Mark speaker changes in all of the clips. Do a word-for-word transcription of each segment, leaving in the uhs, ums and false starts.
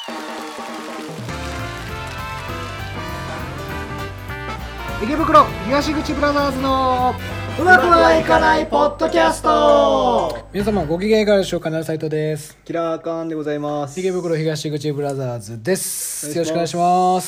Speaker 1: 池袋東口ブラザーズのうまくはいかないポッドキャスト。皆様ご機嫌いかがでしょうか。なるサイトです。
Speaker 2: キラーカーンでございます。
Speaker 1: 池袋東口ブラザーズです。よろしくお願いします。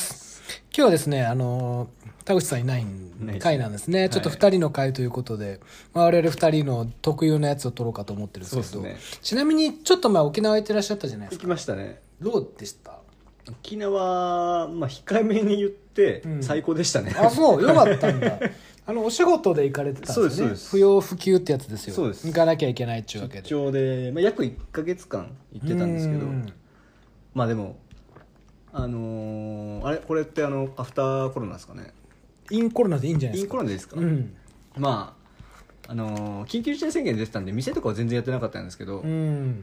Speaker 1: 今日はですね、あの田口さんいない回なんですね、はい、ちょっとふたりの回ということで、まあ、我々ふたりの特有のやつを撮ろうかと思ってるんですけど、ね、ちなみにちょっと前沖縄行ってらっしゃったじゃないですか。
Speaker 2: 行きましたね。
Speaker 1: どうでした？
Speaker 2: 沖縄、まあ、控えめに言って最高でしたね、
Speaker 1: うん、あ、そう、よかったんだ。あのお仕事で行かれてたんですよね。そうです。不要不急ってやつですよ。
Speaker 2: そうです。
Speaker 1: 行かなきゃいけないっていうわけで、
Speaker 2: 出張で、まあ、約いっかげつかん行ってたんですけど、まあでもあのー、あれこれってあのアフターコロナですかね。
Speaker 1: インコロナでいいんじゃないですか。
Speaker 2: インコロナでいいですか、
Speaker 1: うん、
Speaker 2: まああのー、緊急事態宣言出てたんで店とかは全然やってなかったんですけど、うん、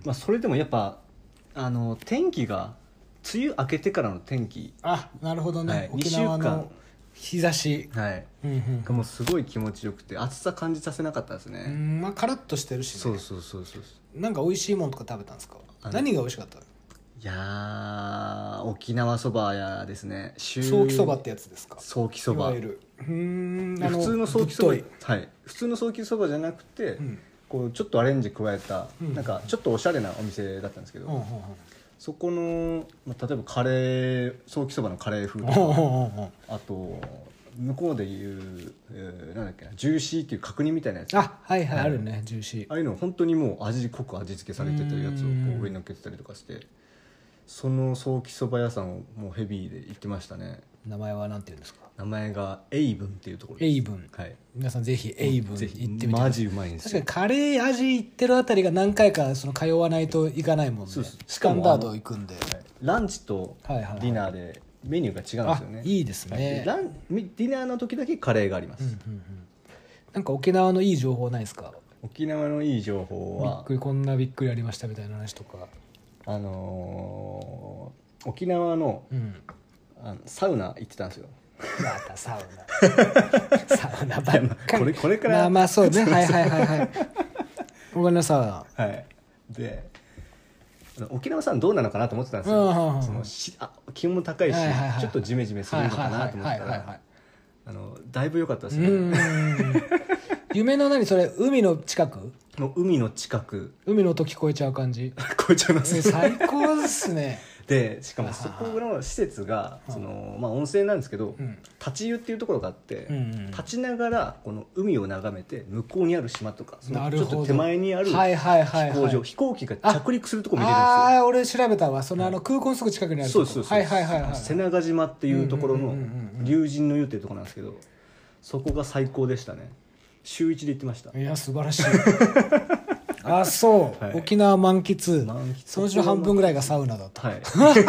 Speaker 2: まあ、それでもやっぱあのー、天気が梅雨明けてからの天気、
Speaker 1: あ、なるほどね、はい、沖縄の日差し、
Speaker 2: はい、うんうんうん、もうすごい気持ちよくて暑さ感じさせなかったですね。
Speaker 1: うん、まあ、カラッとしてるしね。
Speaker 2: そうそうそうそう。
Speaker 1: なんか美味しいものとか食べたんですか？何が美味しかった？
Speaker 2: いや沖縄そばやですね。
Speaker 1: ソーキそばってやつですか？
Speaker 2: ソーキそば、いわゆる
Speaker 1: うーん、
Speaker 2: 普通のソーキそば、はい、普通のソーキそばじゃなくて、うん、こうちょっとアレンジ加えた、うん、なんかちょっとおしゃれなお店だったんですけど、うんうんうん、そこの、まあ、例えばカレーソーキそばのカレー風とか、うんうんうん、あと向こうでいう、えー、なんだっけな、ジューシーっていう角煮みたいなやつ、
Speaker 1: あ、はいはい、あるね、ジューシー。
Speaker 2: ああいうの本当にもう味濃く味付けされてるやつをこう上に乗っけてたりとかして、そのソーキそば屋さんをもうヘビーで行ってましたね。
Speaker 1: 名前はなんて言うんですか？
Speaker 2: 名前がエイブンっていうところです。
Speaker 1: エイブン、はい、皆さんぜひエイブン行ってみてください。
Speaker 2: マジうまいんですよ。
Speaker 1: 確かにカレー味行ってるあたりが何回かその通わないといかないもんね。そうそう、スタンダード行くんで、はい、
Speaker 2: ランチとディナーでメニューが違うんですよね。
Speaker 1: いいですね、
Speaker 2: はい、ランディナーの時だけカレーがあります、うんうんうん、
Speaker 1: なんか沖縄のいい情報ないですか？
Speaker 2: 沖縄のいい情報は
Speaker 1: びっくり、こんなびっくりありましたみたいな話とか。
Speaker 2: あのー、沖縄 の,、うん、あのサウナ行ってたんですよ。
Speaker 1: またサウナサウナばっかり。
Speaker 2: これこれから
Speaker 1: まあまあそうねはいはいはいはいごめんなさ
Speaker 2: い。はい。で沖縄さんどうなのかなと思ってたんですよ、うんうん、そのしあ気温も高いし、はいはいはい、ちょっとジメジメするのかなと思ったらだいぶ良かったですね。うん
Speaker 1: 夢の何それ、海の近く？
Speaker 2: もう海の近く、
Speaker 1: 海の音聞こえちゃう感じ
Speaker 2: 聞こえちゃいますね。
Speaker 1: 最高ですね。
Speaker 2: でしかもそこの施設がその、まあ、温泉なんですけど、うん、立ち湯っていうところがあって、うんうん、立ちながらこの海を眺めて向こうにある島とかそのちょっと手前にある飛行場、飛行機が着陸するところ見れるんですよ。
Speaker 1: ああ、俺調べたわ。そのあの空港のすぐ近くにあるところ。そうそうそう、はいはいはいはい、
Speaker 2: 瀬長島っていうところの龍神の湯っていうところなんですけど、そこが最高でしたね。週一で行ってました。
Speaker 1: いや素晴らしいあ、そう、はい、沖縄満喫、満喫そのうちの半分ぐらいがサウナだと、はい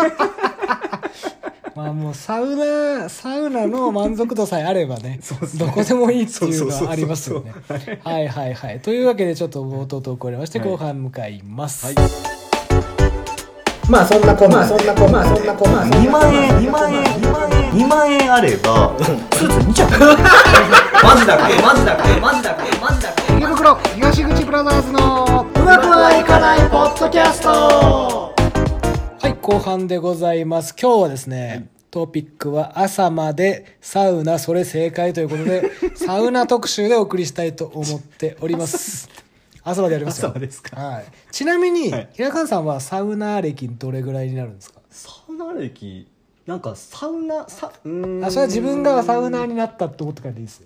Speaker 1: まあもうサウナサウナの満足度さえあれば ね, そうですね、どこでもいいっていうのはありますよね。はいはいはい。というわけでちょっと冒頭トークを終えまして、はい、後半向かいます、はい。まあそんなこんなそんなこんなそんなこんな
Speaker 2: にまんえんにまんえんにまんえんにまんえんあればスーツに着マジだっけマジだっけマジだっけマジだっけ。
Speaker 1: 池袋東口ブラザーズのうまくはいかないポッドキャスト。はい、後半でございます。今日はですね、はい、トピックは朝までサウナそれ正解ということでサウナ特集でお送りしたいと思っております朝までやりますよ。
Speaker 2: 朝までですか、
Speaker 1: はい、ちなみに、はい、平川さんはサウナ歴どれぐらいになるんですか？
Speaker 2: サウナ歴なんかサウナサうーん
Speaker 1: あ、それは自分がサウナーになったって思ってからでいいですよ。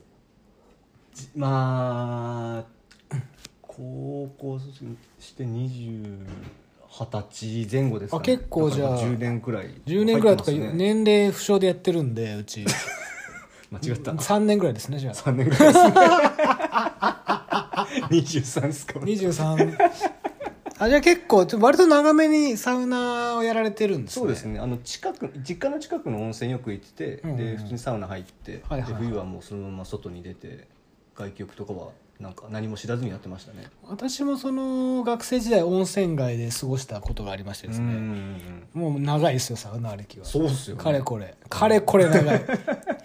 Speaker 2: まあ高校してにじゅうはたちぜん後ですかね。
Speaker 1: あ、結構じゃあ
Speaker 2: じゅうねんくらい
Speaker 1: じゅうねんくらいとか年齢不詳でやってるんでうち
Speaker 2: 間違った
Speaker 1: さんねんくらいですね。じゃあ
Speaker 2: さんねんくらいですねにじゅうさんですか？
Speaker 1: にじゅうさんあ、じゃあ結構割と長めにサウナをやられてるんですね。
Speaker 2: そうですね。あの近く実家の近くの温泉よく行ってて、うんうん、で普通にサウナ入って、はいはいはい、で冬はもうそのまま外に出て外気浴とかはなんか何も知らずにやってましたね。
Speaker 1: 私もその学生時代温泉街で過ごしたことがありましてですね、うんうんうん、もう長いですよサウナ歴は。
Speaker 2: そうっすよね。
Speaker 1: かれこれかれこれ長い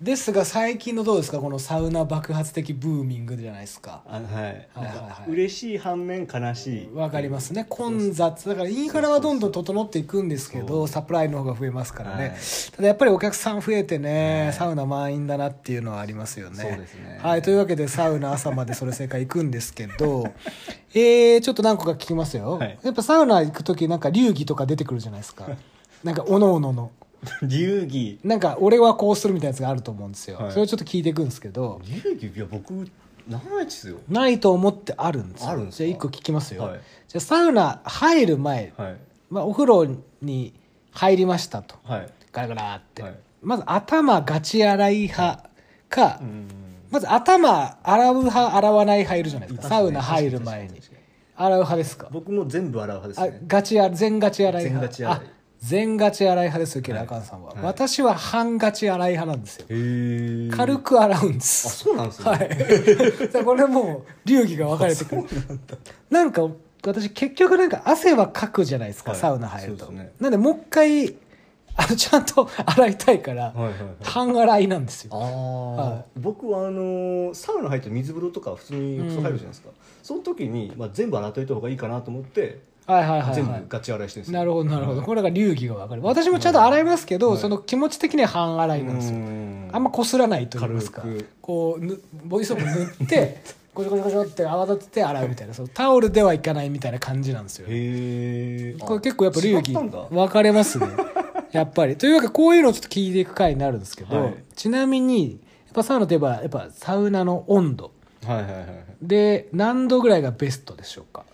Speaker 1: ですが最近のどうですかこのサウナ爆発的ブーミングじゃないですか。
Speaker 2: あ、はい、はいはい
Speaker 1: はい、
Speaker 2: 嬉しい反面悲しい。
Speaker 1: わかりますね。混雑だからインフラはどんどん整っていくんですけどサプライの方が増えますからね、はい、ただやっぱりお客さん増えてね、はい、サウナ満員だなっていうのはありますよね。
Speaker 2: そうですね。
Speaker 1: はい、というわけでサウナ朝までそれ正解行くんですけどえー、ちょっと何個か聞きますよ、はい、やっぱサウナ行く時なんか流儀とか出てくるじゃないですかなんかおのおのの
Speaker 2: 流儀
Speaker 1: なんか俺はこうするみたいなやつがあると思うんですよ、はい、それをちょっと聞いていくんですけど。
Speaker 2: 流儀いや僕ないですよ。
Speaker 1: ないと思ってあるんですよ。
Speaker 2: あるんですか。
Speaker 1: じゃあいっこ聞きますよ、
Speaker 2: はい、
Speaker 1: じゃあサウナ入る前、はい、まあ、お風呂に入りましたと、はい、ガラガラって、はい、まず頭ガチ洗い派か、うん、まず頭洗う派洗わない派いるじゃないですか、ね、サウナ入る前に洗う派ですか。
Speaker 2: 僕も全部洗う派ですね。
Speaker 1: あ、ガチあ全ガチ洗い派。
Speaker 2: 全ガチ洗い。
Speaker 1: あ、全ガチ洗い派ですよ、ケラーカンさんは、はい、私は半ガチ洗い派なんですよ。へ軽く洗うんです。
Speaker 2: あ、そうなんですね。
Speaker 1: はい。これもう流儀が分かれてくる。な, なんか私結局なんか汗はかくじゃないですか、はい、サウナ入ると、ね、なんでもう一回あのちゃんと洗いたいから、はいはいはい、半洗いなんですよ。あ、
Speaker 2: はい、僕はあのー、サウナ入って水風呂とか普通に浴槽入るじゃないですか、うん、その時に、まあ、全部洗っといた方がいいかなと思ってはいはいはいはい、全部ガチ洗いしてるんですよ。
Speaker 1: なるほどなるほど、これが流儀が分かる。私もちゃんと洗いますけど、はい、その気持ち的には半洗いなんですよ。あんまこすらないと言いますか、こうぬボディーソープ塗ってゴシゴシゴシって泡立てて洗うみたいな、そのタオルではいかないみたいな感じなんですよ、ね、へこれ結構やっぱ流儀分かれますねやっぱり。というわけでこういうのをちょっと聞いていく回になるんですけど、はい、ちなみにやっぱサウナといえばやっぱサウナの温度、はいはいはい、で何度ぐらいがベストでしょうか。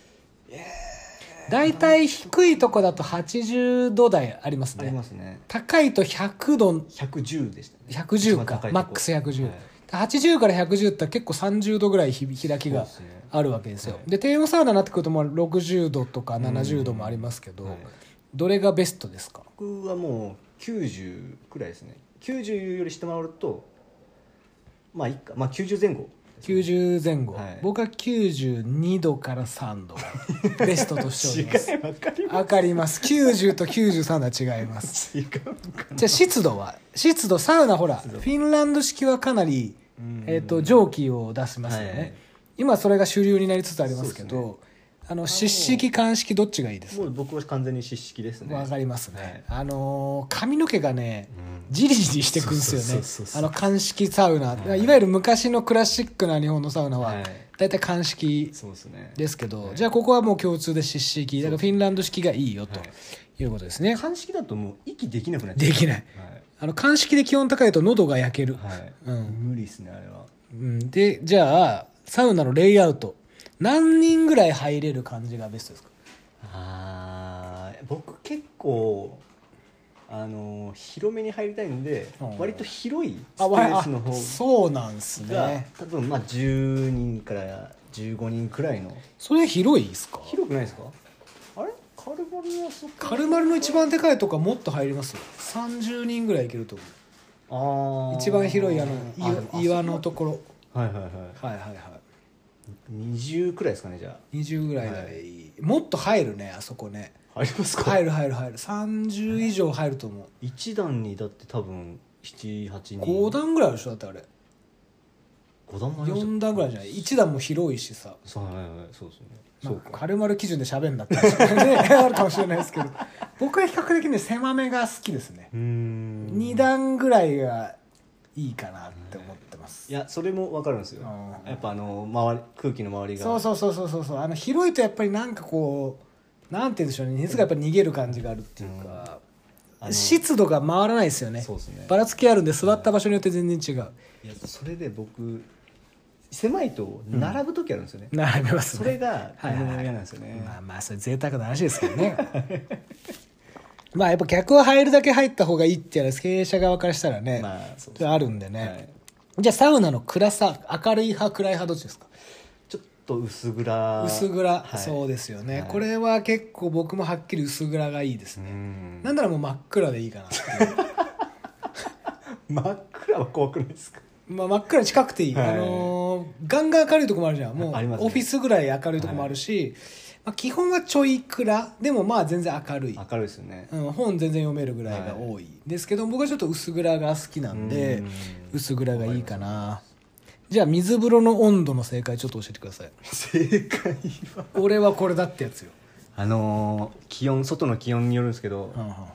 Speaker 1: だいたい低いとこだとはちじゅうど台ありますね。ありますね。高いとひゃくど
Speaker 2: ひゃくじゅうでしたね。
Speaker 1: ひゃくじゅうかマックスひゃくじゅう、はい、はちじゅうからひゃくじゅうって結構さんじゅうどぐらい開きがあるわけですよ。で、ね、はい、で低温サウナになってくるともうろくじゅうどとかななじゅうどもありますけど、はい、どれがベストですか。
Speaker 2: 僕はもうきゅうじゅうくらいですね。きゅうじゅうより下回るとまあいいか、まあきゅうじゅうぜん後
Speaker 1: きゅうじゅうぜん後、はい、僕はきゅうじゅうにどからさんどベストとしておりますわかります。きゅうじゅうときゅうじゅうさんは違います。違うかな。じゃあ湿度は湿度サウナほらフィンランド式はかなり、えー、と蒸気を出しますよね、はいはい、今それが主流になりつつありますけど、あの湿式乾式どっちがいいですか。
Speaker 2: もう僕は完全に湿式ですね。
Speaker 1: わかりますね、はい、あのー、髪の毛がね、うん、ジリジリしてくんですよね。あの乾式サウナ、はい、いわゆる昔のクラシックな日本のサウナはだいたい乾式ですけど、はい、じゃあここはもう共通で湿式だからフィンランド式がいいよということですね。
Speaker 2: 乾式だともう息できなくなっちゃう。
Speaker 1: できない、はい、あの乾式で気温高いと喉が焼ける、はい、
Speaker 2: うん、無理ですねあれは、
Speaker 1: うん、でじゃあサウナのレイアウト何人ぐらい入れる感じがベストですか。
Speaker 2: あ僕結構あの広めに入りたいんで、うん、割と広いスペースの方が
Speaker 1: そうなんすね。
Speaker 2: 多分まあじゅうにんからじゅうごにんくらいの。
Speaker 1: それ広いですか。
Speaker 2: 広くないですか。あれカルマルはそっか。
Speaker 1: カルマルの一番でかいとかもっと入りますよ。さんじゅうにんぐらいいけると思う。あ一番広いあの岩、岩のところ。はいはいはいはいはいはい
Speaker 2: にじゅうくらいですかね。じゃあ
Speaker 1: にじゅうぐらいだ、はい、もっと入るねあそこね。
Speaker 2: 入りますか。
Speaker 1: 入る入る入るさんじゅう以上入ると思う。
Speaker 2: いち段にだって多分ななはちにん
Speaker 1: ご段ぐらいあるでしょ。だってあれ
Speaker 2: ご段もありますよ。
Speaker 1: よん段ぐらいじゃない。いち段も広いしさ。
Speaker 2: そうはいはいそうですね、
Speaker 1: まあ、そうかカルマル基準で喋るんだったら、ね、あるかもしれないですけど僕は比較的ね狭めが好きですね。うーんに段ぐらいがいいかなって思ってます。
Speaker 2: いやそれも分かるんですよ。やっぱあの周り空気の周りが
Speaker 1: そうそうそうそうそうそうあの広いとやっぱりなんかこうなんて言うんでしょうね熱がやっぱ逃げる感じがあるっていうか、うん、湿度が回らないですよね。そうですね。ばらつきあるんで座った場所によって全然違う。いや
Speaker 2: それで僕狭いと並ぶ時あるんですよね、
Speaker 1: うん、並びますね。
Speaker 2: それが嫌なんですよね、はいはいはい、
Speaker 1: まあまあそれ贅沢な話ですけどねまあやっぱ客は入るだけ入った方がいいっていうのは経営者側からしたらね、まあ、そうですねあるんでね、はい、じゃあサウナの暗さ明るい派暗い派どっちですか。
Speaker 2: ちょっと薄暗
Speaker 1: 薄暗、はい、そうですよね、はい、これは結構僕もはっきり薄暗がいいですね。んなんならもう真っ暗でいいかなって
Speaker 2: 真っ暗は怖くないですか。
Speaker 1: まあ、真っ暗に近くていい、はい、あのー、ガンガン明るいとこもあるじゃん。もうオフィスぐらい明るいとこもあるし、はい、 まあ、基本はちょい暗でもまあ全然明るい、
Speaker 2: 明るいですよね、
Speaker 1: うん、本全然読めるぐらいが多いですけど、はい、僕はちょっと薄暗が好きなんで薄暗がいいかな。じゃあ水風呂の温度の正解ちょっと教えてください。
Speaker 2: 正解は
Speaker 1: 俺はこれだってやつよ。
Speaker 2: あのー、気温外の気温によるんですけど、
Speaker 1: はんはんはん、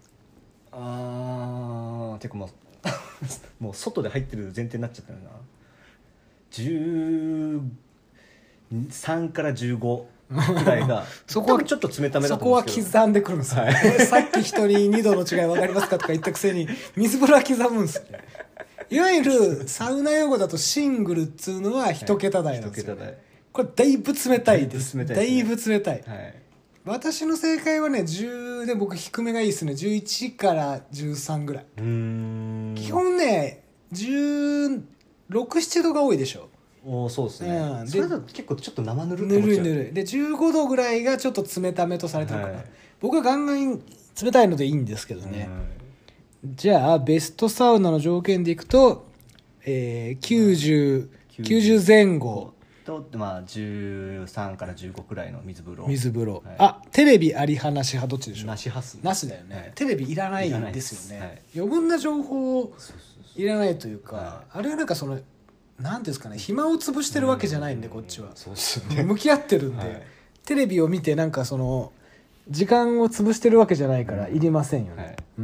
Speaker 2: あーてかもうもう外で入ってる前提になっちゃったよな。じゅうさんからじゅうごくらいがそこはちょっと冷ためだと思うんですけど、
Speaker 1: そこは刻んでくるんですよ、はい、さっき人ににどの違い分かりますかとか言ったくせに水風呂は刻むんですよ。いわゆるサウナ用語だとシングルっつうのは一桁台なんですよ、ね、はい、これだいぶ冷たいです。だいぶ冷たい、はい、私の正解はねじゅうで僕低めがいいですね。じゅういちからじゅうさんぐらい。うーん、基本ねじゅうろく、ななどが多いでしょ。
Speaker 2: おそうですね、うん、でそれだと結構ちょっと生ぬる
Speaker 1: ぬるいぬるいでじゅうごどぐらいがちょっと冷ためとされてるかな、はい、僕はガンガン冷たいのでいいんですけどね、うん、じゃあベストサウナの条件でいくと、えー、きゅうじゅう、きゅうじゅう前後
Speaker 2: と、まあ、じゅうさんからじゅうごくらいの水風呂
Speaker 1: 水風呂、はい、あテレビあり派なし派どっちでしょう。
Speaker 2: なし派っすね。
Speaker 1: なしだよね、はい、テレビいらないんですよね、はい、余分な情報をいらないというか、はい、あれはなんかそのなんですかね、暇を潰してるわけじゃないんで、こっちはそうですよ、ね、向き合ってるんで、はい、テレビを見てなんかその時間を潰してるわけじゃないからいりませんよね、はい、うん、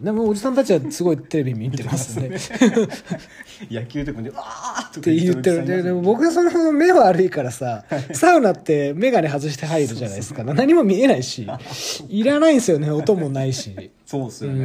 Speaker 1: でもおじさんたちはすごいテレビ見てますね
Speaker 2: 野球とかでわーっと
Speaker 1: って言ってる。ででも僕はその目悪いからさサウナって眼鏡外して入るじゃないですか。何も見えないしいらないんですよね、音もないし
Speaker 2: そうですよね、うん、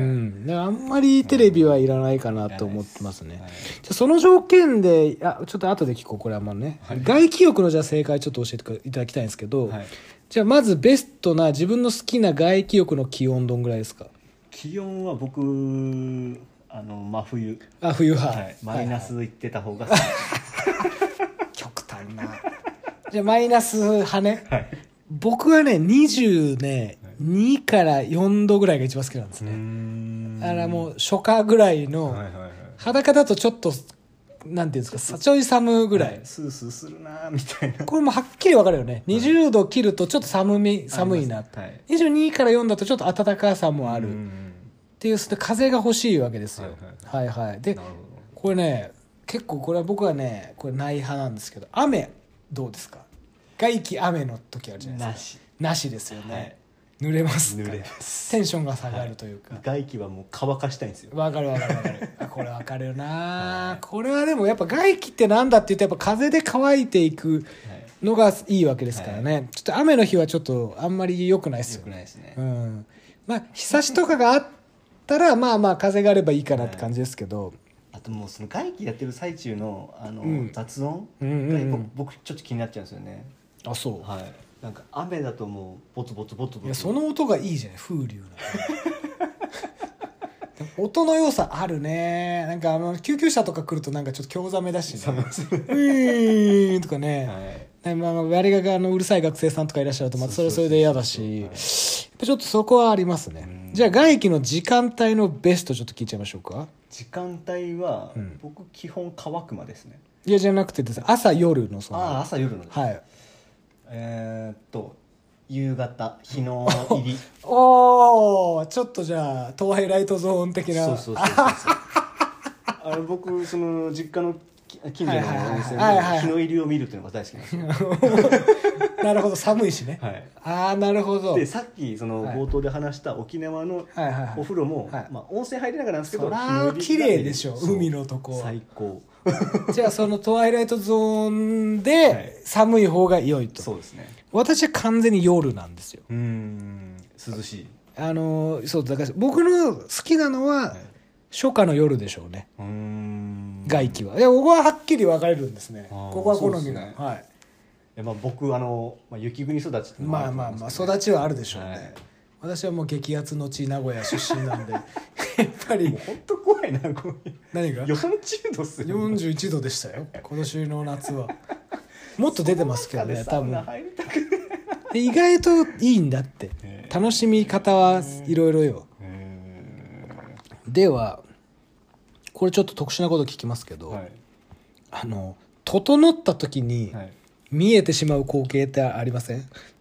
Speaker 1: だからあんまりテレビはいらないかなと思ってますね、はい、じゃその条件であちょっと後で聞こうこれはもうね、はい、外気浴のじゃあ正解ちょっと教えていただきたいんですけど、はい、じゃあまずベストな自分の好きな外気浴の気温どんぐらいですか。
Speaker 2: 気温は僕あの真冬。
Speaker 1: あ冬派、
Speaker 2: はい、マイナスいってた方が好き、はいはい、
Speaker 1: 極端なじゃあマイナス派ね、はい、僕はねにじゅうにからよんどぐらいが一番好きなんですね。うーんあらもう初夏ぐらいの、はいはいはい、裸だとちょっとなんていうんですかちょい寒ぐらい、はい、
Speaker 2: スースーするなみたいな。
Speaker 1: これもはっきり分かるよね、はい、にじゅうど切るとちょっと寒み寒いな、はい、にじゅうにからよんだとちょっと暖かさもあるっていう風が欲しいわけですよ、はいはい、はいはい、でこれね結構これは僕はねこれない派なんですけど、雨どうですか。外気雨の時あるじゃないですか。なしなしですよね、はい、濡れます
Speaker 2: 濡れます
Speaker 1: テンションが下がるというか、
Speaker 2: はい、外気はもう乾かしたいんですよ。
Speaker 1: わかるわかるわかるこれわかるよな、はい、これはでもやっぱ外気ってなんだって言ってやっぱ風で乾いていくのがいいわけですからね、はい、ちょっと雨の日はちょっとあんまり良くないですよね。良くないですね、うん、まあ日差しとかがあったらまあまあ風があればいいかなって感じですけど、はい、
Speaker 2: あともうその外気やってる最中のあの、うん、雑音が、うんうんうん、僕ちょっと気になっちゃうんですよね。
Speaker 1: あそう、
Speaker 2: はい、なんか雨だともうボツボツボツボツ。
Speaker 1: いやその音がいいじゃない風流な音の良さあるね。なんかあの救急車とか来るとなんかちょっと興ざめだし、ね、うーんとかね、はい、まあ、あれがあのうるさい学生さんとかいらっしゃるとまたそれはそれで嫌だし、ちょっとそこはありますね。じゃあ外気の時間帯のベストちょっと聞いちゃいましょうか。
Speaker 2: 時間帯は、うん、僕基本乾くまですね。
Speaker 1: いやじゃなくてですね、朝夜のその
Speaker 2: あ朝夜の
Speaker 1: はい
Speaker 2: えー、っと夕方日の入り
Speaker 1: おおちょっとじゃあトワイライトゾーン的な。
Speaker 2: そうそうそうそうあれ僕その実家の近所のお店で日の入りを見るっていうのが大好きなんですよ
Speaker 1: なるほど寒いしね、はい、ああなるほど。
Speaker 2: でさっきその冒頭で話した沖縄のお風呂も、はいはいはい、まあ、温泉入りながらなんですけど
Speaker 1: そら綺麗でしょ海のとこ
Speaker 2: 最高
Speaker 1: じゃあそのトワイライトゾーンで寒い方が良いと。
Speaker 2: そうですね。
Speaker 1: 私は完全に夜なんですよ。
Speaker 2: うーん涼しい。
Speaker 1: あのそうだから僕の好きなのは初夏の夜でしょうね。うーん外気は。いやここははっきり分かれるんですね。ここは好みが、ね、はい。い
Speaker 2: やまあ僕あの、まあ、雪国育ちって
Speaker 1: まあまあまあ育ちはあるでしょうね。はい、私はもう激アツの地名古屋出身なんでやっぱり
Speaker 2: 本当怖いなこれ。
Speaker 1: 何が
Speaker 2: よんじゅうどっすよ。
Speaker 1: よんじゅういちどでしたよ今年の夏は。もっと出てますけどね多分。で意外といいんだって楽しみ方はいろいろよ。ではこれちょっと特殊なこと聞きますけど、はい、あの整った時に見えてしまう光景ってありません？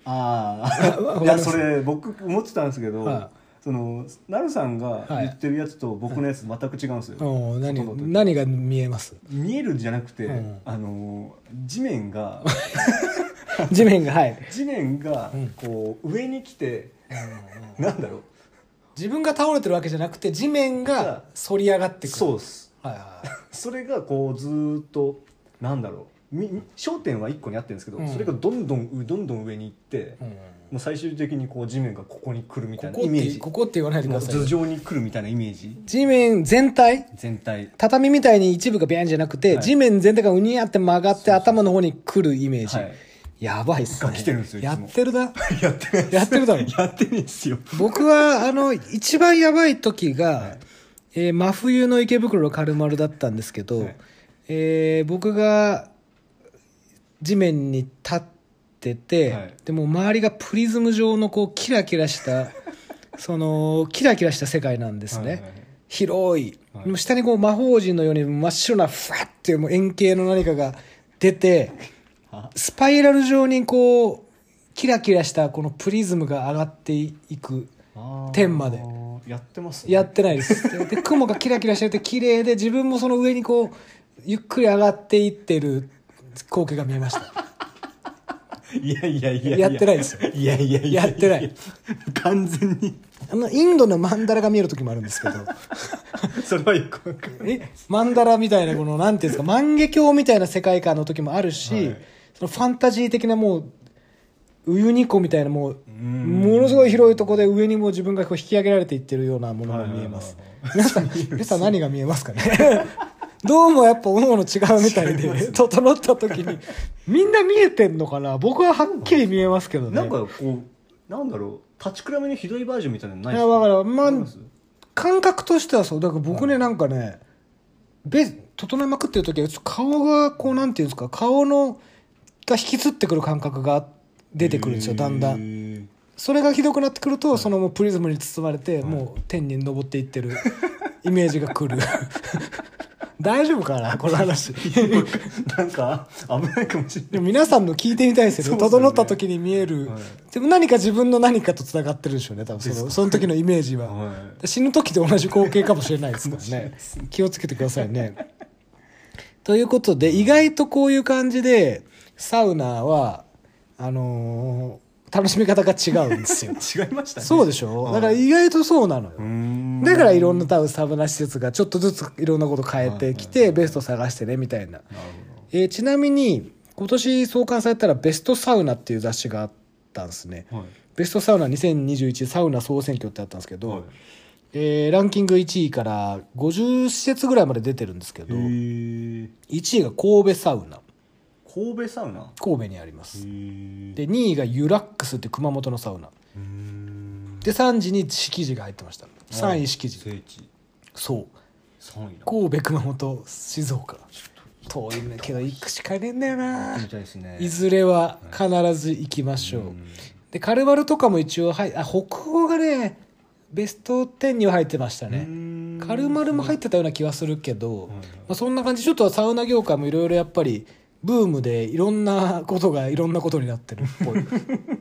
Speaker 2: ああいやそれ僕思ってたんですけど、はい、そのなるさんが言ってるやつと僕のやつ全く違うんですよ、
Speaker 1: はい、何, 何が見えます？
Speaker 2: 見えるんじゃなくて、うん、あの地面が
Speaker 1: 地面がはい
Speaker 2: 地面がこう上に来て、うん、なんだろう
Speaker 1: 自分が倒れてるわけじゃなくて地面が反り上がってくる。
Speaker 2: そうです、
Speaker 1: はいはい、
Speaker 2: それがこうずっとなんだろう焦点はいっこにあってるんですけど、うん、それがどんどんどんどん上に行って、うん、もう最終的にこう地面がここに来るみたいなイメージ。
Speaker 1: ここって言わないでください。
Speaker 2: 頭上に来るみたいなイメージ。
Speaker 1: 地面全体
Speaker 2: 全体
Speaker 1: 畳みたいに一部がビャンじゃなくて、はい、地面全体がうにゃって曲がって頭の方に来るイメージ。はい、やばいっすね。
Speaker 2: が来てるんですよ。
Speaker 1: やってるな。
Speaker 2: やってる。
Speaker 1: やってるだろ。
Speaker 2: やってるんですよ。
Speaker 1: 僕はあの一番やばい時が、はい、えー、真冬の池袋の軽丸だったんですけど、はい、えー、僕が地面に立ってて、はい、でも周りがプリズム状のこうキラキラしたそのキラキラした世界なんですね、はいはいはい、広い、はい、でも下にこう魔法陣のように真っ白なフワッていうもう円形の何かが出てスパイラル状にこうキラキラしたこのプリズムが上がっていく天まで
Speaker 2: やってますね。
Speaker 1: やってないですで雲がキラキラしてて綺麗で自分もその上にこうゆっくり上がっていってる光景が見えました。
Speaker 2: いやいやいや
Speaker 1: やってないですよ。
Speaker 2: いやいやいや
Speaker 1: やってない。
Speaker 2: 完全に
Speaker 1: あのインドのマンダラが見える時もあるんですけど
Speaker 2: それはよくわかる。
Speaker 1: えマンダラみたいなこのなんていうんですか万華鏡みたいな世界観の時もあるし、はい、そのファンタジー的なもうウユニ湖みたいなもうものすごい広いところで上にも自分がこう引き上げられていってるようなものも見えます。皆さん皆さん何が見えますかねどうもやっぱ各々違うみたいで整った時にみんな見えてんのかな。僕ははっきり見えますけどね。
Speaker 2: なんかこうなんだろう立ちくらみのひどいバージョンみたいなのない
Speaker 1: ですか。いやだからまあ感覚としてはそうだから僕ねなんかねべ整えまくってる時は顔がこうなんていうんですか顔のが引きつってくる感覚が出てくるんですよだんだん。それがひどくなってくると、はい、そのもうプリズムに包まれて、はい、もう天に昇っていってるイメージが来る大丈夫かなこの話
Speaker 2: なんか危ないかもしれない。
Speaker 1: でも皆さんの聞いてみたいですよね。整った時に見える、はい、でも何か自分の何かとつながってるでしょうね多分そのその時のイメージは、はい、死ぬ時と同じ光景かもしれないですからね気をつけてくださいねということで意外とこういう感じでサウナはあのー楽しみ方が違うんですよ
Speaker 2: 違いましたね。
Speaker 1: そうでしょ。だから意外とそうなのよ。だからいろんな多分サウナ施設がちょっとずついろんなこと変えてきてベスト探してねみたいな。えー、ちなみに今年創刊されたらベストサウナっていう雑誌があったんですね、はい、ベストサウナにせんにじゅういちサウナ総選挙ってあったんですけど、はい、えー、ランキングいちいからごじゅう施設ぐらいまで出てるんですけどいちいが神戸サウナ。
Speaker 2: 神戸サウナ
Speaker 1: 神戸にあります。でにいがユラックスって熊本のサウナでさんじに敷地が入ってました。さんい敷地。
Speaker 2: 聖地。
Speaker 1: そう
Speaker 2: さんい
Speaker 1: 神戸熊本静岡遠いねけど行くしかねえんだよな。
Speaker 2: みたいですね。い
Speaker 1: ずれは必ず行きましょう。でカルバルとかも一応入あ北欧がねベストじゅうには入ってましたね。カルマルも入ってたような気はするけど、はいはい、まあ、そんな感じ。ちょっとサウナ業界もいろいろやっぱりブームでいろんなことがいろんなことになってるっぽい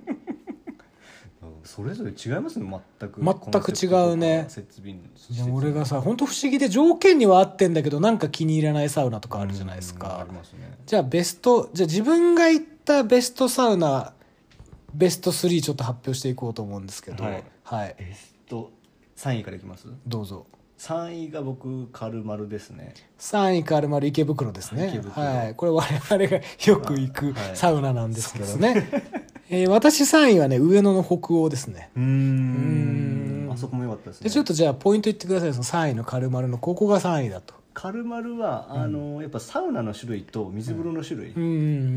Speaker 2: それぞれ違いますね全く。
Speaker 1: 全く違うね。いや俺がさ本当不思議で条件には合ってんだけどなんか気に入らないサウナとかあるじゃないですか。
Speaker 2: ありますね。
Speaker 1: じゃあベストじゃあ自分が行ったベストサウナベストスリーちょっと発表していこうと思うんですけど、はいはい、
Speaker 2: ベストさんいからいきます。
Speaker 1: どうぞ。
Speaker 2: さんいが僕カルマルですね。
Speaker 1: さんいカルマル池袋ですね。池袋、はい、これ我々がよく行くサウナなんですけどね、はい、えー、私さんいはね上野の北欧ですね。
Speaker 2: うーんうーんあそこも良かったですね。
Speaker 1: でちょっとじゃあポイント言ってください。そのさんいのカルマルのここがさんいだと。
Speaker 2: カルマルはあの、うん、やっぱサウナの種類と水風呂の種類、うん、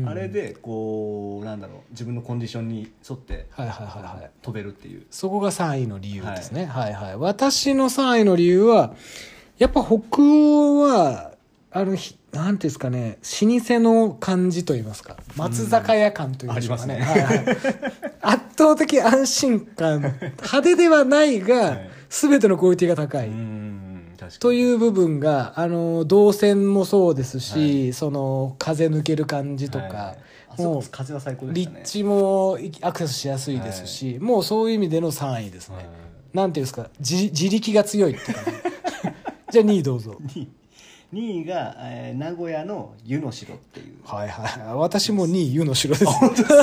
Speaker 2: あれでこうなんだろう自分のコンディションに沿って飛べるっていう、
Speaker 1: そこがさんいの理由ですね、はい、はいはい。私のさんいの理由はやっぱ北欧はあのなんていうんですかね老舗の感じといいますか松坂屋感といいますかね、うん、はいはい、圧倒的安心感派手ではないが、はい、全てのクオリティが高い、うんという部分があの動線もそうですし、はい、その風抜ける感じとか、はい、
Speaker 2: あそこ風は最高でしたね。
Speaker 1: 立地もアクセスしやすいですし、はい、もうそういう意味でのさんいですね、はい、なんていうんですか、自, 自力が強いって感じじゃあにいどうぞ。
Speaker 2: にいが、えー、名古屋の湯の城っていう。
Speaker 1: はいはい、私もにい湯の城です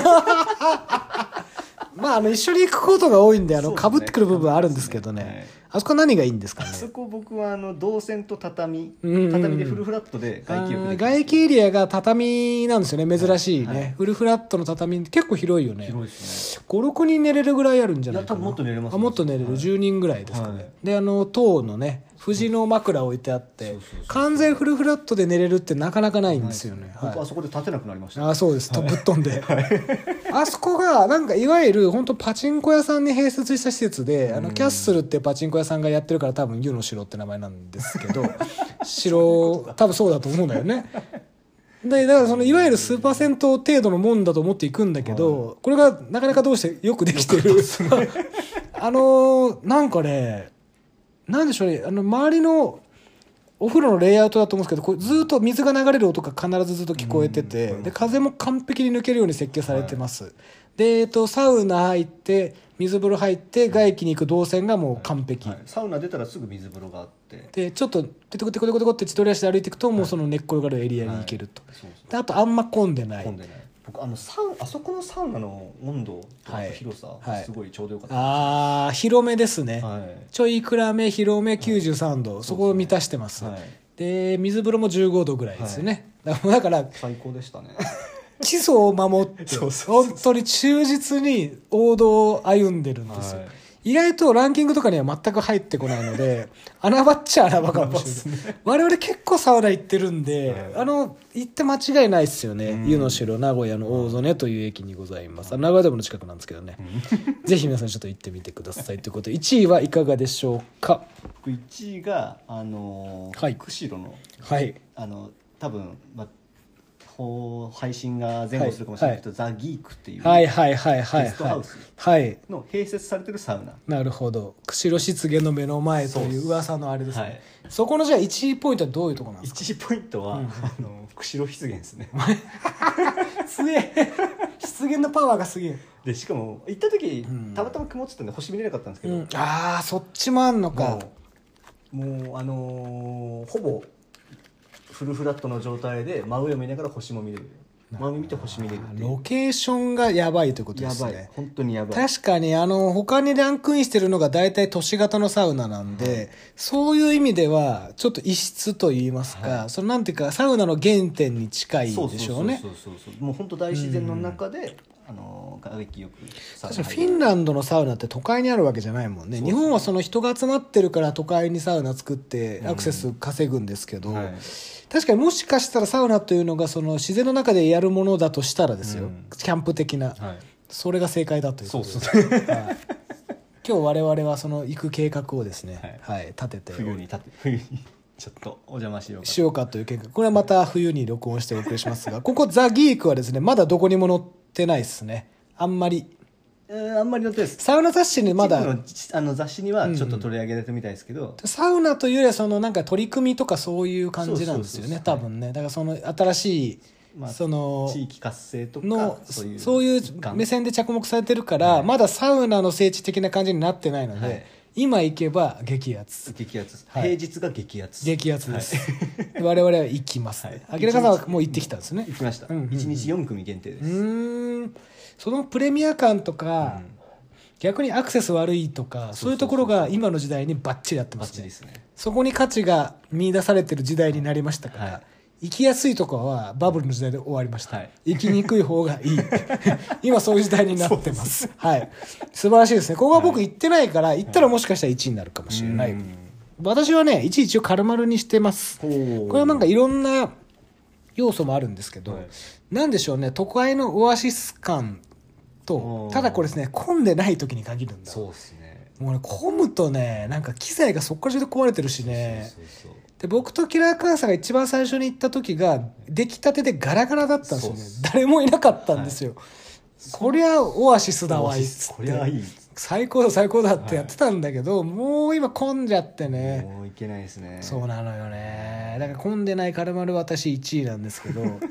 Speaker 1: まあ、あの一緒に行くことが多いんであの被ってくる部分はあるんですけどね、はい、あそこは何がいいんですかね。
Speaker 2: あそこ僕はあの動線と畳、畳でフルフラットで外気浴できる。
Speaker 1: 外気エリアが畳なんですよね、珍しいね、はいはい、フルフラットの畳結構広いよね。
Speaker 2: 広いですね。
Speaker 1: ごろくにん寝れるぐらいあるんじゃないかな。
Speaker 2: いや多分もっと寝れます、
Speaker 1: ね、あもっと寝れる、はい、じゅうにんぐらいですかね、はい、であの塔のね藤の枕置いてあって完全フルフラットで寝れるってなかなかないんですよね。
Speaker 2: 僕、はい、あそこで立てなくなりました、ね、
Speaker 1: あそうです、はい、ぶっ飛んで、
Speaker 2: はい、
Speaker 1: あそこがなんかいわゆる本当パチンコ屋さんに併設した施設で、あのキャッスルってパチンコ屋さんがやってるから多分湯の城って名前なんですけど城多分そうだと思うんだよね。でだからそのいわゆるスーパー銭湯程度のもんだと思っていくんだけど、はい、これがなかなかどうしてよくできてるあのなんかねなんでしょうね、あの周りのお風呂のレイアウトだと思うんですけど、これずっと水が流れる音が必ずずっと聞こえてて、で風も完璧に抜けるように設計されてます、はい、で、えっと、サウナ入って水風呂入って外気に行く動線がもう完璧、はいはい、
Speaker 2: サウナ出たらすぐ水風呂があって、
Speaker 1: でちょっとテコテコテコテコって千鳥足で歩いていくともうその寝っ転がるエリアに行けると、はいはい、であとあんま混んでない、
Speaker 2: 混んでない。僕あのサウあそこのサウナの温度と広さ、はい、すごいちょうどよかった、はい、
Speaker 1: ああ広めですね、
Speaker 2: はい、
Speaker 1: ちょい暗め広めきゅうじゅうさんど、はい、そこを満たしてます、はい、で水風呂もじゅうごどぐらいですよね、はい、だから
Speaker 2: 最高でしたね
Speaker 1: 基礎を守ってそうそうそう本当に忠実に王道を歩んでるんですよ、はい、意外とランキングとかには全く入ってこないので穴場っちゃ穴場かもしれない、ね、我々結構サウナ行ってるんで、はい、あの行って間違いないですよね。湯の城名古屋の大曽根という駅にございます。名古屋ドームの近くなんですけどねぜひ皆さんちょっと行ってみてくださいということでいちいはいかがでしょうか。
Speaker 2: いちいがあのーはい、釧路の、
Speaker 1: はい、
Speaker 2: あの多分、まあ配信が前後するかもしれないけど、はい、ザ・ギークっていうゲストハウスの併設されてるサウナ、
Speaker 1: なるほど。釧路湿原の目の前という噂のあれですね、はい、そこのじゃあいちいポイントはどういうところなんですか。
Speaker 2: いちいポイントは、うん、あの釧路湿原ですね
Speaker 1: すげえ湿原のパワーがすげえ
Speaker 2: で、しかも行った時、うん、たまたま曇ってたんで星見れなかったんですけど、うん、
Speaker 1: ああそっちもあんのか。
Speaker 2: もう、もうあのー、ほぼフルフラットの状態で真上を見ながら星も見れる、真上見て星見れるっていう。
Speaker 1: ロケーションがやばいということですね。
Speaker 2: やばい、本当にやばい。
Speaker 1: 確かにあの他にランクインしてるのが大体都市型のサウナなんで、はい、そういう意味ではちょっと異質といいますか、はい、そのなんていうかサウナの原点に近いでしょうね。
Speaker 2: そうそうそうそう、もう本当大自然の中で、あの外気浴
Speaker 1: 確かにフィンランドのサウナって都会にあるわけじゃないもんね。日本はその人が集まってるから都会にサウナ作ってアクセス稼ぐんですけど、うんはい、確かにもしかしたらサウナというのがその自然の中でやるものだとしたらですよ、うん、キャンプ的な、はい、それが正解だということで、そうそう、はい、今日我々はその行く計画をですね、はいはい、立てて
Speaker 2: 冬に立て冬にちょっとお邪魔しようか
Speaker 1: しようかという計画、これはまた冬に録音してお送りしますがここザ・ギークはですねまだどこにも載ってないですね。あんまり、
Speaker 2: えー、あんまり載ってないです。
Speaker 1: サウナ雑誌にまだ
Speaker 2: のあの雑誌にはちょっと取り上げられてみたいですけど、
Speaker 1: うん、サウナというよりはそのなんか取り組みとかそういう感じなんですよね多分ね。だからその新しい、まあ、その
Speaker 2: 地域活性とか
Speaker 1: のそういう、そういう目線で着目されてるから、はい、まだサウナの聖地的な感じになってないので、はい、今行けば激アツ
Speaker 2: 激アツ、はい、平日が激アツ
Speaker 1: 激アツです、はい、我々は行きますね。明らかさんはもう行ってきたんですね。
Speaker 2: 行きました、うんうんうん、いちにちよん組限定です。
Speaker 1: うーんそのプレミア感とか、うん、逆にアクセス悪いとかそういうところが今の時代にバッチリやってますね。ですね。そこに価値が見出されてる時代になりましたから、はい、行きやすいところはバブルの時代で終わりました、はい、行きにくい方がいい今そういう時代になってますはい、素晴らしいですね。ここは僕行ってないから、はい、行ったらもしかしたらいちいになるかもしれない、はい、私はねいちいちを軽々にしてます。これはなんかいろんな要素もあるんですけど、はい、なんでしょうね、都会のオアシス感と、ただこれですね混んでない時に限るんだ。
Speaker 2: そうですね。
Speaker 1: もうね混むとねなんか機材がそっから中で壊れてるしね。そうそうそうそう。で僕とキラーカーサが一番最初に行った時が出来たてでガラガラだったんですよね。誰もいなかったんですよ、はい、こりゃオアシスだわいっつって
Speaker 2: こりゃいい
Speaker 1: 最高だ最高だってやってたんだけど、はい、もう今混んじゃってね
Speaker 2: もういけないですね。
Speaker 1: そうなのよね。だから混んでない軽々私いちいなんですけど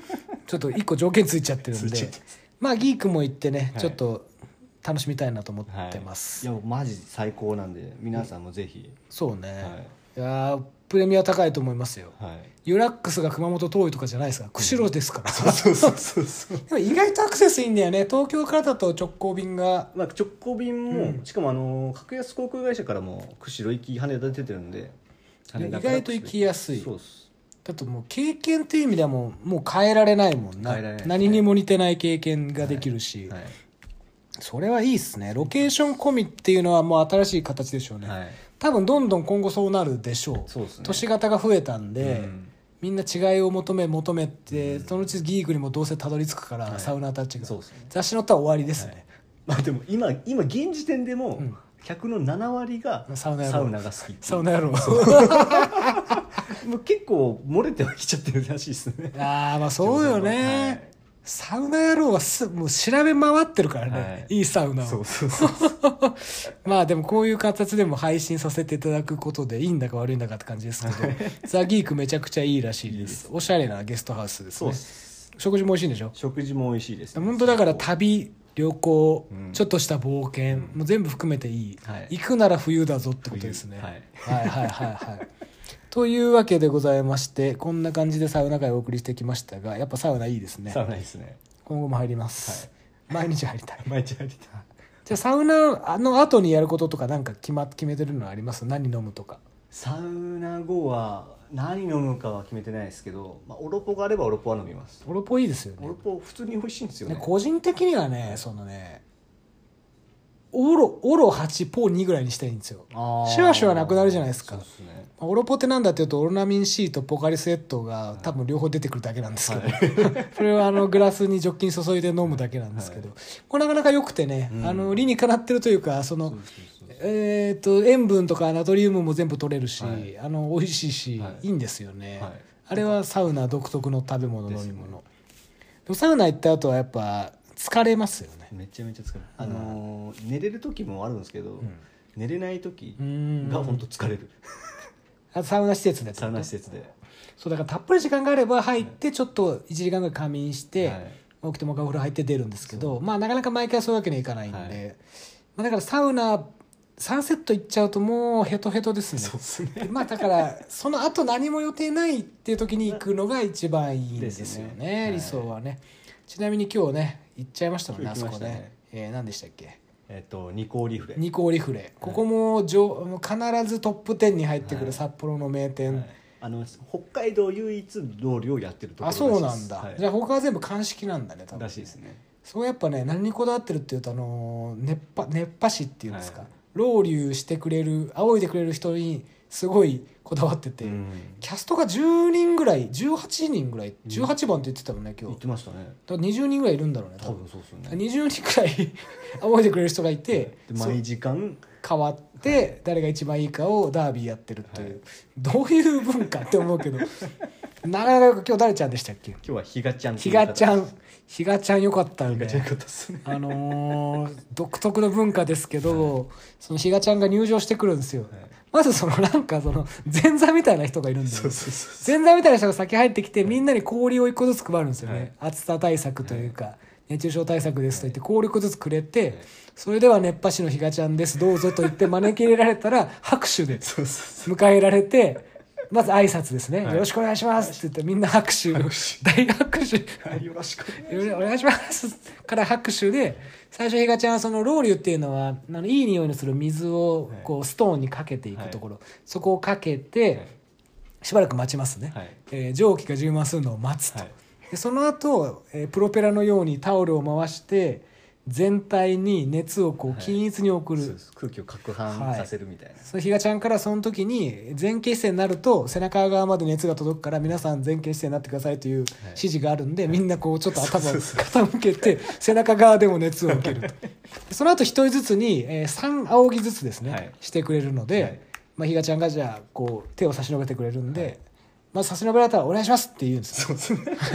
Speaker 1: ちょっと一個条件ついちゃってるんで
Speaker 2: ついちゃって
Speaker 1: まあギークも行ってね、
Speaker 2: はい
Speaker 1: ちょっと楽しみたいなと思ってます、
Speaker 2: はい、いやマジ最高なんで皆さんもぜひ、
Speaker 1: そうね、
Speaker 2: はい
Speaker 1: いやープレミア高いと思いますよ、
Speaker 2: はい、
Speaker 1: ユラックスが熊本遠いとかじゃないですか、釧路ですから、
Speaker 2: そうそうそうそう
Speaker 1: でも意外とアクセスいいんだよね、東京からだと直行便が、
Speaker 2: まあ、直行便も、
Speaker 1: うん
Speaker 2: しかもあの格安航空会社からも釧路行き羽田出てるんで羽田から
Speaker 1: 意外と行きやすい、
Speaker 2: そうっす
Speaker 1: だともう経験っていう意味ではもうもう変えられないもんな、
Speaker 2: 変えられないですね
Speaker 1: 何にも似てない経験ができるし、
Speaker 2: はい
Speaker 1: それはいいっすね。ロケーション込みっていうのはもう新しい形でしょうね、
Speaker 2: はい、
Speaker 1: 多分どんどん今後そうなるでしょう。
Speaker 2: そうですね
Speaker 1: 都市型が増えたんで、
Speaker 2: うん
Speaker 1: みんな違いを求め求めて、そのうちギークにもどうせたどり着くから、
Speaker 2: はい
Speaker 1: サウナーたちが、
Speaker 2: そうですね
Speaker 1: 雑誌載ったら終わりですね、
Speaker 2: まあでも今今現時点でも、
Speaker 1: ん
Speaker 2: 客のなな割が
Speaker 1: サウナ野郎
Speaker 2: サウナが好きっていう
Speaker 1: サウナ野郎
Speaker 2: もう結構漏れてはきちゃってるらしいですね
Speaker 1: ああまあそうよね、
Speaker 2: はい
Speaker 1: サウナ野郎はすもう調べ回ってるからね、
Speaker 2: はい
Speaker 1: いいサウナを
Speaker 2: そうそうそう
Speaker 1: まあでもこういう形でも配信させていただくことでいいんだか悪いんだかって感じですけどザ・ギークめちゃくちゃいいらしいですおしゃれなゲストハウスです
Speaker 2: そう
Speaker 1: ね
Speaker 2: っす
Speaker 1: 食事も美味しいんでしょ。
Speaker 2: 食事も美味しいです、ね、
Speaker 1: 本当だから旅旅行、
Speaker 2: うん
Speaker 1: ちょっとした冒険、もう全部含めていい、
Speaker 2: はい
Speaker 1: 行くなら冬だぞってことですね、
Speaker 2: 冬
Speaker 1: はい、はいはいはいはいというわけでございまして、こんな感じでサウナ会をお送りしてきましたが、やっぱサウナいいですね。
Speaker 2: サウナいいですね
Speaker 1: 今後も入ります、毎日入りたい。
Speaker 2: 毎日入りたい
Speaker 1: じゃあサウナあの後にやることとかなんか決ま決めてるのあります？何飲むとか。
Speaker 2: サウナ後は何飲むかは決めてないですけど、まあ、オロポがあればオロポは飲みます。
Speaker 1: オロポいいですよね
Speaker 2: オロポ普通に美味しいんですよね。
Speaker 1: ね個人的にはね、そのねオロオロはちポにぐらいにしたいんですよ。
Speaker 2: あー
Speaker 1: シュワシュワなくなるじゃないですか。
Speaker 2: そうですね。
Speaker 1: オロポってなんだっていうとオロナミン C とポカリスエットが多分両方出てくるだけなんですけど、それはあのグラスにジョッキに注いで飲むだけなんですけど、これなかなか良くてね、
Speaker 2: うん
Speaker 1: あの理にかなってるというか、その
Speaker 2: そうそうそう
Speaker 1: えー、と塩分とかナトリウムも全部取れるし、
Speaker 2: はい
Speaker 1: あの美味しいし、
Speaker 2: はい
Speaker 1: いいんですよね、
Speaker 2: はい
Speaker 1: あれはサウナ独特の食べ物飲み物、
Speaker 2: ですね
Speaker 1: でもサウナ行った後はやっぱ疲れますよね。
Speaker 2: めちゃめちゃ疲れる。あのー寝れる時もあるんですけど、寝れない時
Speaker 1: うん
Speaker 2: が本当疲れる。
Speaker 1: あとサウナ施設で
Speaker 2: サウナ施設で。そう
Speaker 1: だからたっぷり時間があれば入ってちょっといちじかんぐらい仮眠して、
Speaker 2: はい
Speaker 1: 起きてもう一回お風呂入って出るんですけど、まあなかなか毎回そういうわけにはいかないんで、
Speaker 2: はい
Speaker 1: まあ、だからサウナさんセット行っちゃうともうヘトヘトですね。
Speaker 2: そうですね。
Speaker 1: でまあだからその後何も予定ないっていう時に行くのが一番いいんですよね、
Speaker 2: ですね
Speaker 1: 理想はね。ちなみに今日ね行っちゃいましたもんね、あそこ
Speaker 2: 今日行きましたね
Speaker 1: ね、えー、何でしたっけ、
Speaker 2: えっと二高リフレ。
Speaker 1: ニコーリフレ、ここも上必ずトップじゅうに入ってくる札幌の名店、
Speaker 2: はいあの北海道唯一料理をやってるところらしいです。
Speaker 1: あそうなんだ、
Speaker 2: はい
Speaker 1: じゃあ他は全部鑑識なんだね多分。
Speaker 2: らしいですね。
Speaker 1: そうやっぱね何にこだわってるっていうとあのー熱波熱波師っていうんですか、
Speaker 2: はい
Speaker 1: ロウリュしてくれる仰いでくれる人にすごいこだわってて、
Speaker 2: うん
Speaker 1: キャストがじゅうにんぐらいじゅうはちにんぐらいじゅうはちばんって言ってたもんね今
Speaker 2: 言っ
Speaker 1: 日。
Speaker 2: てましたね。
Speaker 1: だからにじゅうにんぐらいいるんだろうね
Speaker 2: 多分そうですよね。
Speaker 1: にじゅうにんくらい仰いでくれる人がいて
Speaker 2: で
Speaker 1: そう
Speaker 2: 毎時間
Speaker 1: 変わって誰が一番いいかをダービーやってるという、どういう文化って思うけどなかなか今日誰ちゃんでしたっけ。
Speaker 2: 今日はひがちゃん。
Speaker 1: ひがちゃ
Speaker 2: ん。
Speaker 1: んひがちゃんよかったよね。
Speaker 2: ひがちゃんよかったですね。
Speaker 1: あのー独特の文化ですけど、そのひがちゃんが入場してくるんですよ、
Speaker 2: はい
Speaker 1: まずそのなんかその前座みたいな人がいるんだよ。
Speaker 2: そうそうそう。
Speaker 1: 前座みたいな人が先入ってきてみんなに氷をいっこずつ配るんですよね、
Speaker 2: はい
Speaker 1: 暑さ対策というか、熱中症対策ですと言って氷いっこずつくれて、それでは熱波師のひがちゃんですどうぞと言って招き入れられたら拍手で
Speaker 2: そうそう
Speaker 1: 迎えられて、まず挨拶ですね、
Speaker 2: はい
Speaker 1: よろしくお願いしますって言ってみんな拍手
Speaker 2: 拍
Speaker 1: 大拍手
Speaker 2: はい、よろしく
Speaker 1: お願いしますから拍手で、最初ひがちゃんはそのロウリュっていうのはあのいい匂いのする水をこうストーンにかけていくところ、そこをかけてしばらく待ちますね、
Speaker 2: はい
Speaker 1: えー蒸気が充満するのを待つと、
Speaker 2: はい
Speaker 1: でその後、えープロペラのようにタオルを回して全体に熱をこう均一に送る、
Speaker 2: そうです空気を攪拌させるみたいな。
Speaker 1: そのひがちゃんからその時に前傾姿勢になると背中側まで熱が届くから皆さん前傾姿勢になってくださいという指示があるんで、みんなこうちょっと頭を傾けて背中側でも熱を受けるとその後一人ずつに、えー、さん仰ぎずつですね、
Speaker 2: はい
Speaker 1: してくれるので、
Speaker 2: はい
Speaker 1: まあ、ひがちゃんがじゃあこう手を差し伸べてくれるんで、はい、まず差し伸べられたらお願いしますって言うんですよ。
Speaker 2: そうですね。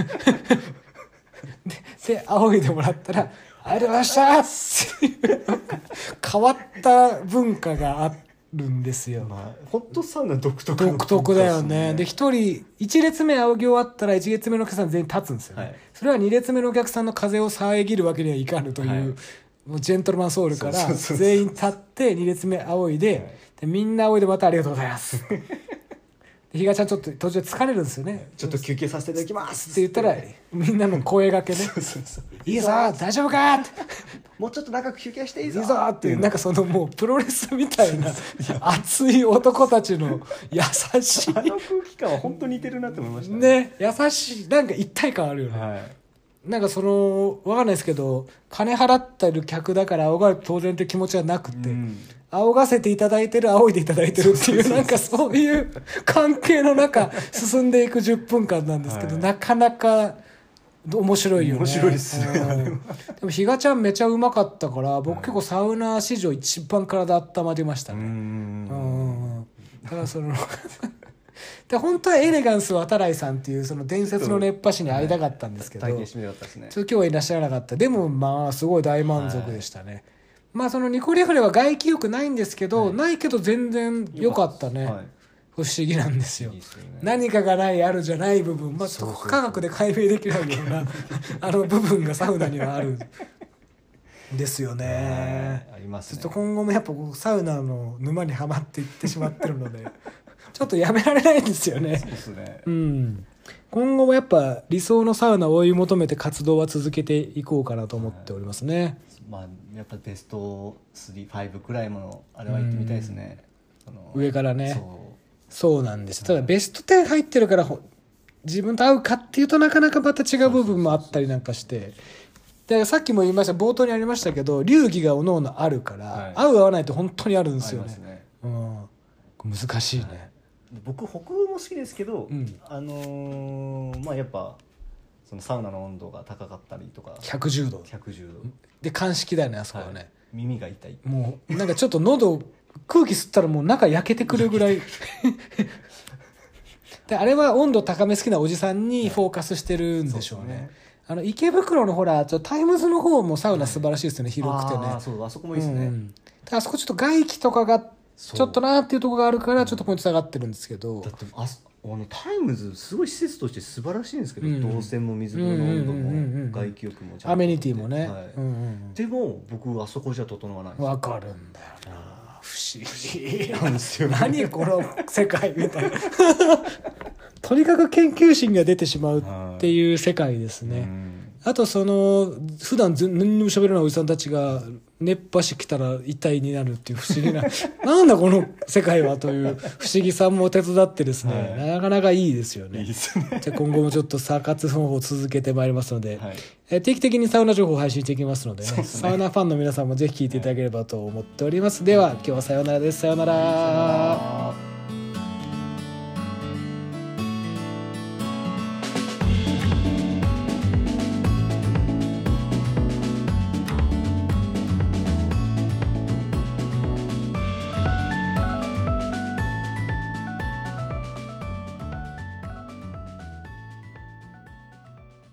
Speaker 1: でで仰いでもらったらありがとうございましたっていう変わった文化があっるんですよ。
Speaker 2: まあ、本当サウナ独特
Speaker 1: 独特だよね。で一人一列目仰ぎ終わったら一列目のお客さん全員立つんですよね、はい、それは二列目のお客さんの風を遮るわけにはいかぬという、はい、もうジェントルマンソウルから全員立って二列目仰いで、はい、でみんな仰いでまたありがとうございますひがちゃんちょっと途中で疲れるんですよね。
Speaker 2: ちょっと休憩させていただきます
Speaker 1: って言ったらみんなの声掛けねそうそうそういいぞ大丈夫かって
Speaker 2: もうちょっと長く休憩していいぞ
Speaker 1: いいぞっていうなんかそのもうプロレスみたいな熱い男たちの優しい
Speaker 2: あの空気感は本当に似てるなって思いました
Speaker 1: ね, ね優しいなんか一体感あるよね、はい、なんかその分かんないですけど金払ってる客だから仰がれて当然って気持ちはなくて、うん仰がせていただいてる仰いでいただいてるっていうなんかそういう関係の中進んでいくじゅっぷんかんなんですけど、はい、なかなか面白いよね。
Speaker 2: 面白いですね、うん、
Speaker 1: でもひがちゃんめちゃうまかったから僕結構サウナ史上一番体温まりましたね。うんうんだからそので本当はエレガンス渡来さんっていうその伝説の熱波師に会いたかったんですけど、はい、
Speaker 2: 体験してみたかったですね。
Speaker 1: ちょっと今日はいらっしゃらなかった。でもまあすごい大満足でしたね、はいまあそのニコリフレは外気浴ないんですけど、はい、ないけど全然良かったね、はい、不思議なんですよ。いいですよね、何かがないあるじゃない部分、まあ、不科学で解明できないようなあの部分がサウナにはあるんですよね。
Speaker 2: ありますね。
Speaker 1: ちょっと今後もやっぱサウナの沼にはまっていってしまってるのでちょっとやめられないんですよね。
Speaker 2: そうですね、
Speaker 1: うん、今後もやっぱ理想のサウナを追い求めて活動は続けていこうかなと思っておりますね、はい
Speaker 2: まあ、やっぱベストスリー、ごくらいものあれは行ってみたいですね、
Speaker 1: うん、上からね。そうそうなんです。ただベストじゅう入ってるから自分と合うかっていうとなかなかまた違う部分もあったりなんかしてでさっきも言いました冒頭にありましたけど流儀がおのおのあるから、はい、合う合わないって本当にあるんですよ ね, ね、うん、難しいね、はい、
Speaker 2: 僕北欧も好きですけど、うん、あのー、まあやっぱそのサウナの温度が高かったりとか
Speaker 1: ひゃくじゅうど
Speaker 2: ひゃくじゅうど
Speaker 1: で鑑識だよねあそこはね、はい、
Speaker 2: 耳が痛い
Speaker 1: もうなんかちょっと喉空気吸ったらもう中焼けてくるぐらいであれは温度高め好きなおじさんにフォーカスしてるんでしょうね、はい、あの池袋のほらちょタイムズの方もサウナ素晴らしいですよね、はい、広くてね。
Speaker 2: あそうあそこもいいですね、うん、
Speaker 1: あそこちょっと外気とかがちょっとなーっていうところがあるからちょっとポイント下がってるんですけど、
Speaker 2: だってああのタイムズすごい施設として素晴らしいんですけど、うん、動線も水風呂の温度も外気浴もちゃんと
Speaker 1: アメニティもね、
Speaker 2: はいうんうん、でも僕あそこじゃ整わないんですよ。
Speaker 1: わかるんだよな不思議なんですよ、ね、何この世界みたいなとにかく研究心が出てしまうっていう世界ですね、はい、あとその普段何にも喋らないおじさんたちが熱波師来たら遺体になるっていう不思議ななんだこの世界はという不思議さも手伝ってですね、はい、なかなかいいですよね。いいですね。じゃあ今後もちょっとサ活方法を続けてまいりますので、はい、え定期的にサウナ情報を配信していきますので ね, ねサウナファンの皆さんもぜひ聞いていただければと思っております、はい、では今日はさようならです。さようなら。